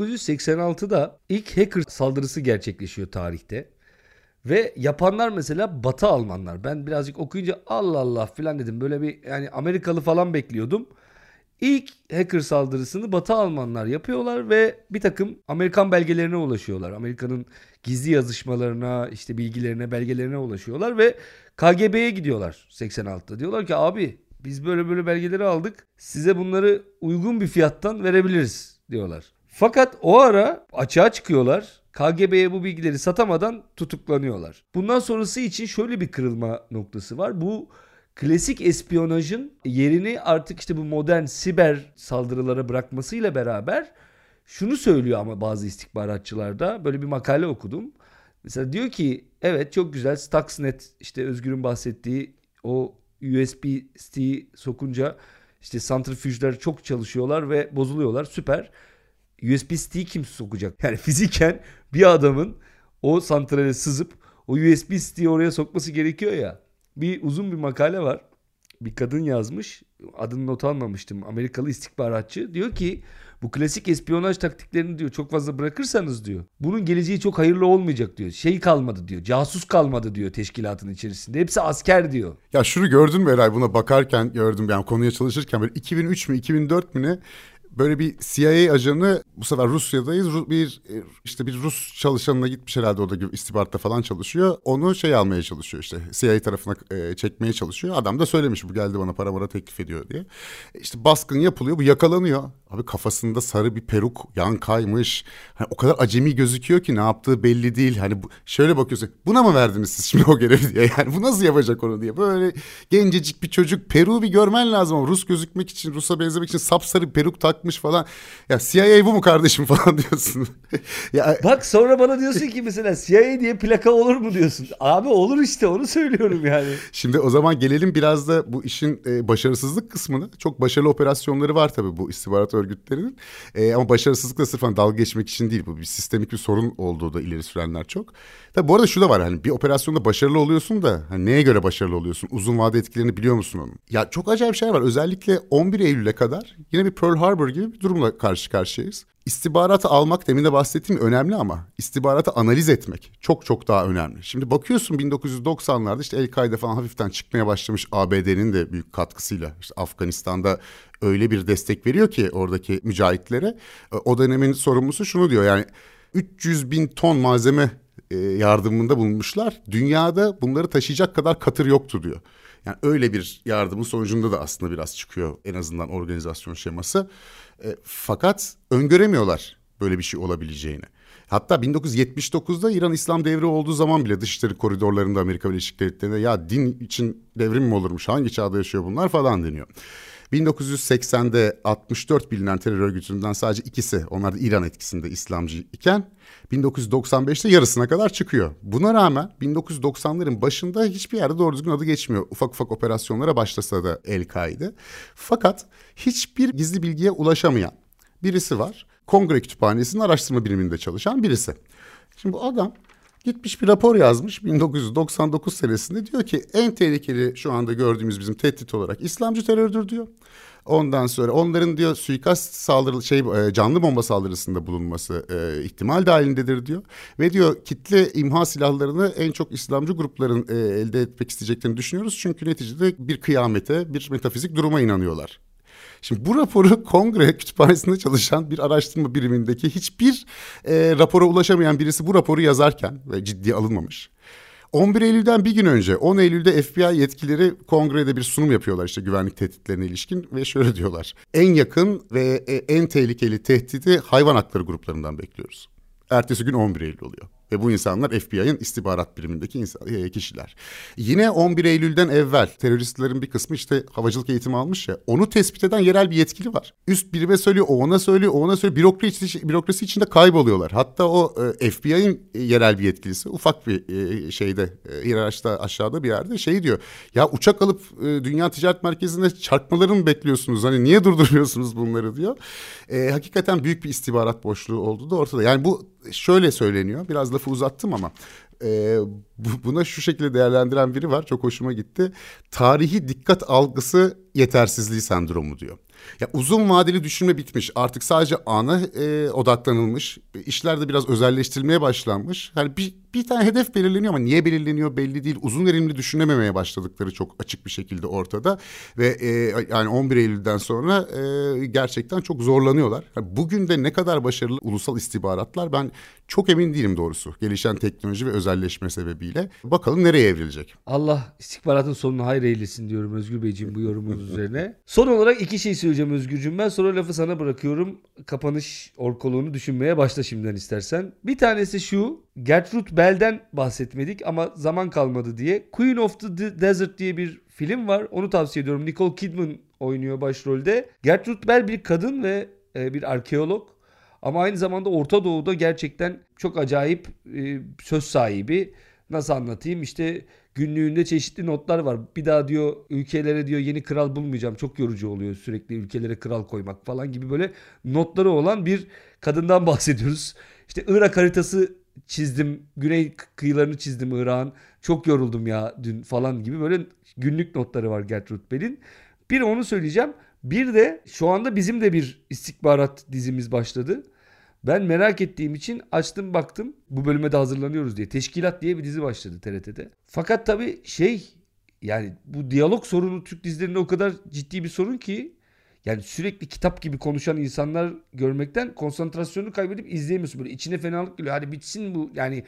1986'da ilk hacker saldırısı gerçekleşiyor tarihte. Ve yapanlar mesela Batı Almanlar. Ben birazcık okuyunca Allah Allah falan dedim. Böyle bir yani Amerikalı falan bekliyordum. İlk hacker saldırısını Batı Almanlar yapıyorlar ve bir takım Amerikan belgelerine ulaşıyorlar. Amerika'nın gizli yazışmalarına, işte bilgilerine, belgelerine ulaşıyorlar ve KGB'ye gidiyorlar 86'da. Diyorlar ki abi biz böyle belgeleri aldık. Size bunları uygun bir fiyattan verebiliriz diyorlar. Fakat o ara açığa çıkıyorlar. KGB'ye bu bilgileri satamadan tutuklanıyorlar. Bundan sonrası için şöyle bir kırılma noktası var. Bu klasik espiyonajın yerini artık işte bu modern siber saldırılara bırakmasıyla beraber şunu söylüyor ama bazı istihbaratçılarda, böyle bir makale okudum. Mesela diyor ki evet çok güzel Stuxnet, işte Özgür'ün bahsettiği o USB stick'i sokunca işte santrifüjler çok çalışıyorlar ve bozuluyorlar, süper. USB stick'i kim sokacak? Yani fiziken bir adamın o santrale sızıp o USB stick'i oraya sokması gerekiyor ya. Uzun bir makale var. Bir kadın yazmış. Adını not almamıştım. Amerikalı istihbaratçı. Diyor ki bu klasik espiyonaj taktiklerini diyor çok fazla bırakırsanız diyor, bunun geleceği çok hayırlı olmayacak diyor. Şey kalmadı diyor. Casus kalmadı diyor teşkilatın içerisinde. Hepsi asker diyor. Ya şunu gördün mü Eray? Buna bakarken gördüm, yani konuya çalışırken böyle 2003 mü 2004 mü ne? Böyle bir CIA ajanı, bu sefer Rusya'dayız, bir Rus çalışanına gitmiş herhalde, orada istihbaratta falan çalışıyor. Onu almaya çalışıyor, işte CIA tarafına çekmeye çalışıyor. Adam da söylemiş, bu geldi bana para teklif ediyor diye. İşte baskın yapılıyor, bu yakalanıyor. Abi kafasında sarı bir peruk, yan kaymış. Hani o kadar acemi gözüküyor ki ne yaptığı belli değil. Hani şöyle bakıyorsun, buna mı verdiniz siz şimdi o görevi diye. Yani bu nasıl yapacak onu diye. Böyle gencecik bir çocuk, peruğu bir görmen lazım ama Rus gözükmek için, Rus'a benzemek için sapsarı bir peruk takmış falan. Ya CIA bu mu kardeşim falan diyorsun. Ya, bak sonra bana diyorsun ki mesela CIA diye plaka olur mu diyorsun. Abi olur işte, onu söylüyorum yani. Şimdi o zaman gelelim biraz da bu işin başarısızlık kısmına. Çok başarılı operasyonları var tabii bu istihbarat örgütlerinin. Ama başarısızlıkla sırf dalga geçmek için değil. Bu bir sistemik bir sorun olduğu da ileri sürenler çok. Tabii bu arada şu da var, hani bir operasyonda başarılı oluyorsun da hani neye göre başarılı oluyorsun? Uzun vade etkilerini biliyor musun onun? Ya çok acayip şeyler var. Özellikle 11 Eylül'e kadar yine bir Pearl Harbor gibi bir durumla karşı karşıyayız. İstihbaratı almak demin de bahsettiğim önemli ama istihbaratı analiz etmek çok çok daha önemli. Şimdi bakıyorsun 1990'larda işte El-Kaide falan hafiften çıkmaya başlamış, ABD'nin de büyük katkısıyla. İşte Afganistan'da öyle bir destek veriyor ki oradaki mücahitlere. O dönemin sorumlusu şunu diyor, yani 300 bin ton malzeme yardımında bulunmuşlar. Dünyada bunları taşıyacak kadar katır yoktu diyor. Yani öyle bir yardımın sonucunda da aslında biraz çıkıyor en azından organizasyon şeması. Fakat öngöremiyorlar böyle bir şey olabileceğini. Hatta 1979'da İran İslam devri olduğu zaman bile dışişleri koridorlarında Amerika Birleşik Devletleri'nde ya din için devrim mi olurmuş, hangi çağda yaşıyor bunlar falan deniyor. 1980'de 64 bilinen terör örgütünden sadece ikisi, onlar da İran etkisinde İslamcı iken 1995'te yarısına kadar çıkıyor. Buna rağmen 1990'ların başında hiçbir yerde doğru düzgün adı geçmiyor. Ufak ufak operasyonlara başlasa da El-Kaide. Fakat hiçbir gizli bilgiye ulaşamayan birisi var. Kongre Kütüphanesi'nin araştırma biriminde çalışan birisi. Şimdi bu adam gitmiş bir rapor yazmış 1999 senesinde, diyor ki en tehlikeli şu anda gördüğümüz bizim tehdit olarak İslamcı terördür diyor. Ondan sonra onların diyor suikast saldırı canlı bomba saldırısında bulunması ihtimal dahilindedir diyor. Ve diyor kitle imha silahlarını en çok İslamcı grupların elde etmek isteyeceklerini düşünüyoruz. Çünkü neticede bir kıyamete, bir metafizik duruma inanıyorlar. Şimdi bu raporu Kongre Kütüphanesi'nde çalışan bir araştırma birimindeki hiçbir rapora ulaşamayan birisi bu raporu yazarken ve ciddiye alınmamış. 11 Eylül'den bir gün önce 10 Eylül'de FBI yetkilileri kongrede bir sunum yapıyorlar işte güvenlik tehditlerine ilişkin ve şöyle diyorlar. En yakın ve en tehlikeli tehdidi hayvan hakları gruplarından bekliyoruz. Ertesi gün 11 Eylül oluyor. Ve bu insanlar FBI'ın istihbarat birimindeki kişiler. Yine 11 Eylül'den evvel teröristlerin bir kısmı işte havacılık eğitimi almış ya, onu tespit eden yerel bir yetkili var. Üst birime söylüyor, o ona söylüyor, o ona söylüyor. Bürokrasi içinde kayboluyorlar. Hatta o FBI'ın yerel bir yetkilisi ufak bir hiyerarşide aşağıda bir yerde şey diyor. Ya uçak alıp Dünya Ticaret Merkezi'ne çarpmalarını mı bekliyorsunuz? Hani niye durduruyorsunuz bunları diyor. Hakikaten büyük bir istihbarat boşluğu olduğu da ortada. Yani bu şöyle söyleniyor. Biraz lafı uzattım ama buna şu şekilde değerlendiren biri var. Çok hoşuma gitti. Tarihi dikkat algısı yetersizliği sendromu diyor. Ya uzun vadeli düşünme bitmiş. Artık sadece ana odaklanılmış. İşler de biraz özelleştirilmeye başlanmış. Yani bir tane hedef belirleniyor ama niye belirleniyor belli değil. Uzun verimli düşünememeye başladıkları çok açık bir şekilde ortada. Ve yani 11 Eylül'den sonra gerçekten çok zorlanıyorlar. Yani bugün de ne kadar başarılı ulusal istihbaratlar ben çok emin değilim doğrusu. Gelişen teknoloji ve özelleşme sebebiyle. Bakalım nereye evrilecek? Allah istihbaratın sonunu hayır eylesin diyorum Özgür Beyciğim bu yorumunuz üzerine. Son olarak iki şey söyleyeceğim Özgürcüğüm. Ben sonra lafı sana bırakıyorum. Kapanış orkoluğunu düşünmeye başla şimdiden istersen. Bir tanesi şu. Gertrude Bell'den bahsetmedik ama zaman kalmadı diye. Queen of the Desert diye bir film var. Onu tavsiye ediyorum. Nicole Kidman oynuyor başrolde. Gertrude Bell bir kadın ve bir arkeolog. Ama aynı zamanda Orta Doğu'da gerçekten çok acayip söz sahibi. Nasıl anlatayım? İşte günlüğünde çeşitli notlar var. Bir daha diyor ülkelere diyor yeni kral bulmayacağım. Çok yorucu oluyor sürekli ülkelere kral koymak falan gibi böyle notları olan bir kadından bahsediyoruz. İşte Irak haritası çizdim. Güney kıyılarını çizdim Irak'ın. Çok yoruldum ya dün falan gibi böyle günlük notları var Gertrude Bell'in. Bir onu söyleyeceğim. Bir de şu anda bizim de bir istihbarat dizimiz başladı. Ben merak ettiğim için açtım baktım. Bu bölüme de hazırlanıyoruz diye. Teşkilat diye bir dizi başladı TRT'de. Fakat tabii yani bu diyalog sorunu Türk dizilerinde o kadar ciddi bir sorun ki yani sürekli kitap gibi konuşan insanlar görmekten konsantrasyonunu kaybedip izleyemiyorsun. Böyle içine fenalık geliyor. Hadi bitsin bu, yani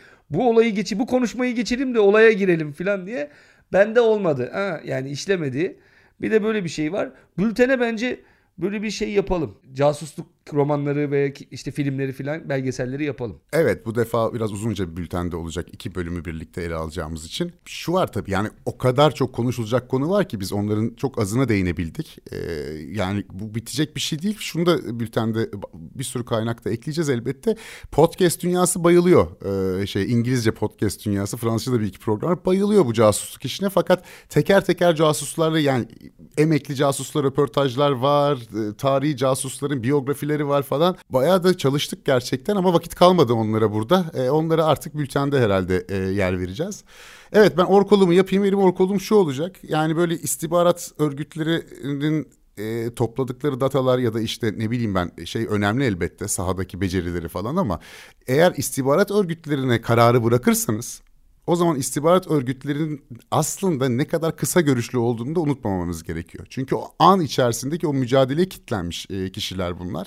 bu konuşmayı geçelim de olaya girelim falan diye. Bende olmadı. Yani işlemedi. Bir de böyle bir şey var. Bültene bence böyle bir şey yapalım. Casusluk romanları ve işte filmleri filan, belgeselleri yapalım. Evet, bu defa biraz uzunca bir bültende olacak. 2 bölümü birlikte ele alacağımız için. Şu var tabii, yani o kadar çok konuşulacak konu var ki biz onların çok azına değinebildik. Yani bu bitecek bir şey değil. Şunu da bültende bir sürü kaynakta ekleyeceğiz elbette. Podcast dünyası bayılıyor. İngilizce podcast dünyası, Fransızca da bir iki program bayılıyor bu casusluk işine. Fakat teker teker casuslarla, yani emekli casuslar röportajlar var. Tarihi casusların biyografileri var falan. Bayağı da çalıştık gerçekten ama vakit kalmadı onlara burada. Onlara artık bültende herhalde yer vereceğiz. Evet, ben orkolumu yapayım. Benim orkolum şu olacak. Yani böyle istihbarat örgütlerinin topladıkları datalar ya da işte ne bileyim ben önemli elbette, sahadaki becerileri falan, ama eğer istihbarat örgütlerine kararı bırakırsanız o zaman istihbarat örgütlerinin aslında ne kadar kısa görüşlü olduğunu da unutmamamız gerekiyor. Çünkü o an içerisindeki o mücadeleye kilitlenmiş kişiler bunlar.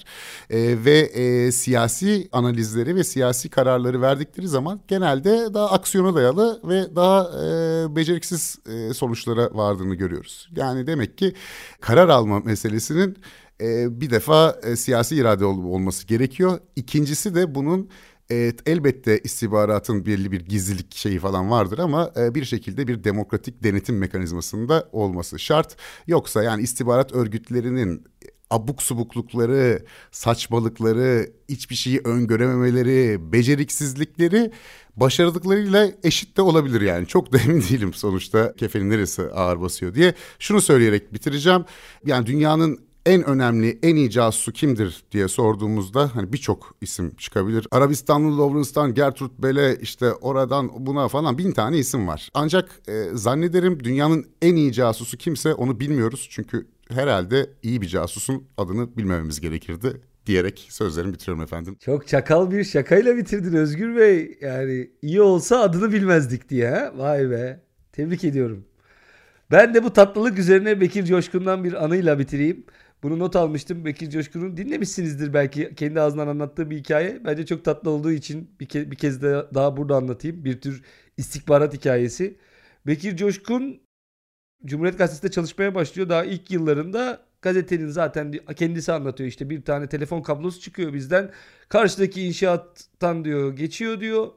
Ve siyasi analizleri ve siyasi kararları verdikleri zaman genelde daha aksiyona dayalı ve daha beceriksiz sonuçlara vardığını görüyoruz. Yani demek ki karar alma meselesinin bir defa siyasi irade olması gerekiyor. İkincisi de bunun elbette istihbaratın belli bir gizlilik şeyi falan vardır ama bir şekilde bir demokratik denetim mekanizmasında olması şart. Yoksa yani istihbarat örgütlerinin abuk subuklukları, saçmalıkları, hiçbir şeyi öngörememeleri, beceriksizlikleri başardıklarıyla eşit de olabilir yani. Çok da emin değilim sonuçta kefenin neresi ağır basıyor diye. Şunu söyleyerek bitireceğim. Yani dünyanın en önemli, en iyi casusu kimdir diye sorduğumuzda hani birçok isim çıkabilir. Arabistanlı Lawrence'dan Gertrude Bell'e, işte oradan buna falan 1000 tane isim var. Ancak zannederim dünyanın en iyi casusu kimse onu bilmiyoruz. Çünkü herhalde iyi bir casusun adını bilmememiz gerekirdi diyerek sözlerimi bitiriyorum efendim. Çok çakal bir şakayla bitirdin Özgür Bey. Yani iyi olsa adını bilmezdik diye. Ha? Vay be. Tebrik ediyorum. Ben de bu tatlılık üzerine Bekir Coşkun'dan bir anıyla bitireyim. Bunu not almıştım. Bekir Coşkun'un dinlemişsinizdir belki, kendi ağzından anlattığı bir hikaye. Bence çok tatlı olduğu için bir kez daha burada anlatayım. Bir tür istihbarat hikayesi. Bekir Coşkun Cumhuriyet Gazetesi'nde çalışmaya başlıyor. Daha ilk yıllarında gazetenin zaten kendisi anlatıyor, işte bir tane telefon kablosu çıkıyor bizden. Karşıdaki inşaattan diyor geçiyor diyor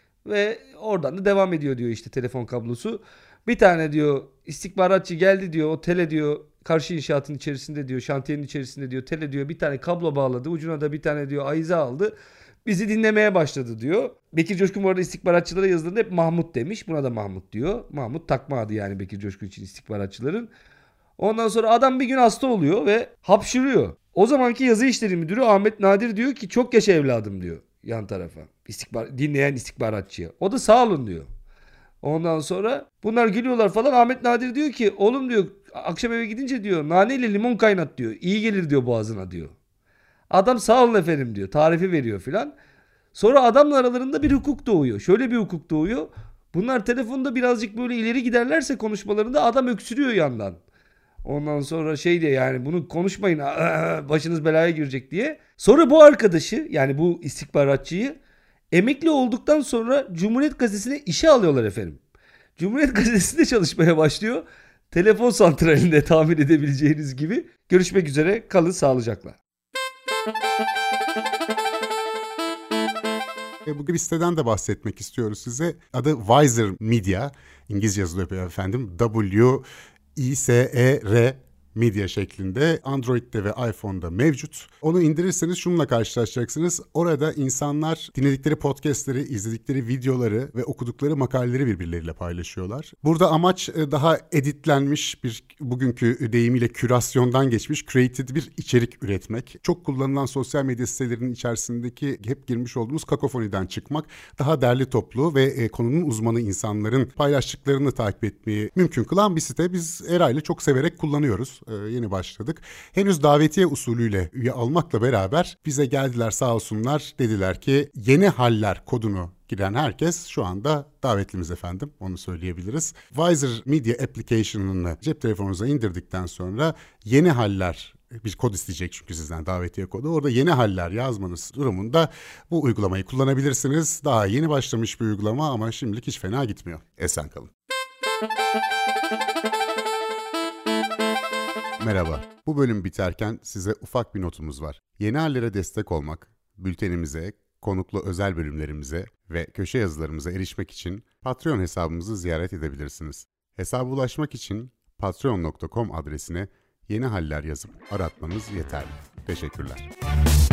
ve oradan da devam ediyor diyor işte telefon kablosu. Bir tane diyor istihbaratçı geldi diyor, o tele diyor karşı inşaatın içerisinde diyor, şantiyenin içerisinde diyor, tele diyor bir tane kablo bağladı, ucuna da bir tane diyor ayize aldı. Bizi dinlemeye başladı diyor. Bekir Coşkun bu arada istihbaratçılara yazdığında hep Mahmut demiş. Buna da Mahmut diyor. Mahmut takma adı yani Bekir Coşkun için istihbaratçıların. Ondan sonra adam bir gün hasta oluyor ve hapşırıyor. O zamanki yazı işleri müdürü Ahmet Nadir diyor ki çok yaşa evladım diyor yan tarafa. Dinleyen istihbaratçıya. O da sağ olun diyor. Ondan sonra bunlar gülüyorlar falan. Ahmet Nadir diyor ki oğlum diyor akşam eve gidince diyor naneyle limon kaynat diyor. İyi gelir diyor boğazına diyor. Adam sağ olun efendim diyor. Tarifi veriyor filan. Sonra adamla aralarında bir hukuk doğuyor. Şöyle bir hukuk doğuyor. Bunlar telefonda birazcık böyle ileri giderlerse konuşmalarında adam öksürüyor yandan. Ondan sonra şey diye yani bunu konuşmayın başınız belaya girecek diye. Sonra bu arkadaşı yani bu istihbaratçıyı emekli olduktan sonra Cumhuriyet Gazetesi'ne işe alıyorlar efendim. Cumhuriyet Gazetesi'nde çalışmaya başlıyor. Telefon santralinde tahmin edebileceğiniz gibi. Görüşmek üzere, kalın sağlıcakla. Bugün bir siteden de bahsetmek istiyoruz size. Adı Wiser Media. İngilizce yazılıyor efendim. WISER Media şeklinde Android'de ve iPhone'da mevcut. Onu indirirseniz şununla karşılaşacaksınız. Orada insanlar dinledikleri podcastleri, izledikleri videoları ve okudukları makaleleri birbirleriyle paylaşıyorlar. Burada amaç daha editlenmiş bir, bugünkü deyimiyle kürasyondan geçmiş, curated bir içerik üretmek. Çok kullanılan sosyal medya sitelerinin içerisindeki hep girmiş olduğumuz kakofoniden çıkmak, daha derli toplu ve konunun uzmanı insanların paylaştıklarını takip etmeyi mümkün kılan bir site. Biz Eray'la çok severek kullanıyoruz. Yeni başladık. Henüz davetiye usulüyle üye almakla beraber bize geldiler sağ olsunlar, dediler ki yeni haller kodunu giren herkes şu anda davetlimiz efendim, onu söyleyebiliriz. Wiser Media Application'ını cep telefonunuza indirdikten sonra yeni haller bir kod isteyecek çünkü sizden davetiye kodu. Orada yeni haller yazmanız durumunda bu uygulamayı kullanabilirsiniz. Daha yeni başlamış bir uygulama ama şimdilik hiç fena gitmiyor. Esen kalın. Merhaba. Bu bölüm biterken size ufak bir notumuz var. Yeni hallere destek olmak, bültenimize, konuklu özel bölümlerimize ve köşe yazılarımıza erişmek için Patreon hesabımızı ziyaret edebilirsiniz. Hesaba ulaşmak için patreon.com adresine yeni haller yazıp aratmanız yeterli. Teşekkürler.